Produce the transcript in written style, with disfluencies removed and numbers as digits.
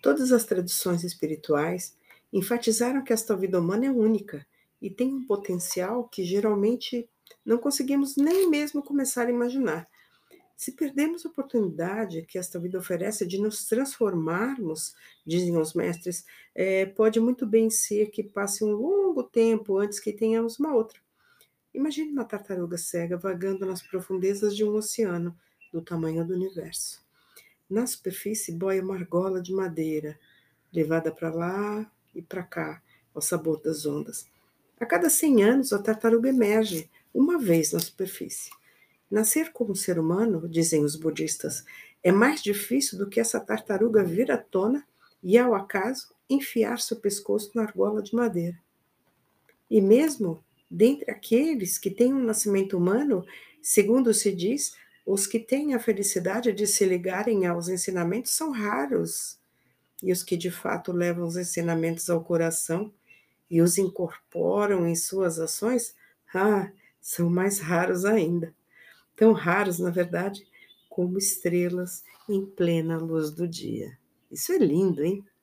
Todas as tradições espirituais enfatizaram que esta vida humana é única e tem um potencial que geralmente não conseguimos nem mesmo começar a imaginar. Se perdemos a oportunidade que esta vida oferece de nos transformarmos, dizem os mestres, pode muito bem ser que passe um longo tempo antes que tenhamos uma outra. Imagine uma tartaruga cega vagando nas profundezas de um oceano do tamanho do universo. Na superfície boia uma argola de madeira, levada para lá e para cá, ao sabor das ondas. A cada 100 anos, a tartaruga emerge, uma vez na superfície. Nascer como ser humano, dizem os budistas, é mais difícil do que essa tartaruga vir à tona e, ao acaso, enfiar seu pescoço na argola de madeira. E mesmo dentre aqueles que têm um nascimento humano, segundo se diz, os que têm a felicidade de se ligarem aos ensinamentos são raros. E os que de fato levam os ensinamentos ao coração e os incorporam em suas ações, são mais raros ainda. Tão raros, na verdade, como estrelas em plena luz do dia. Isso é lindo, hein?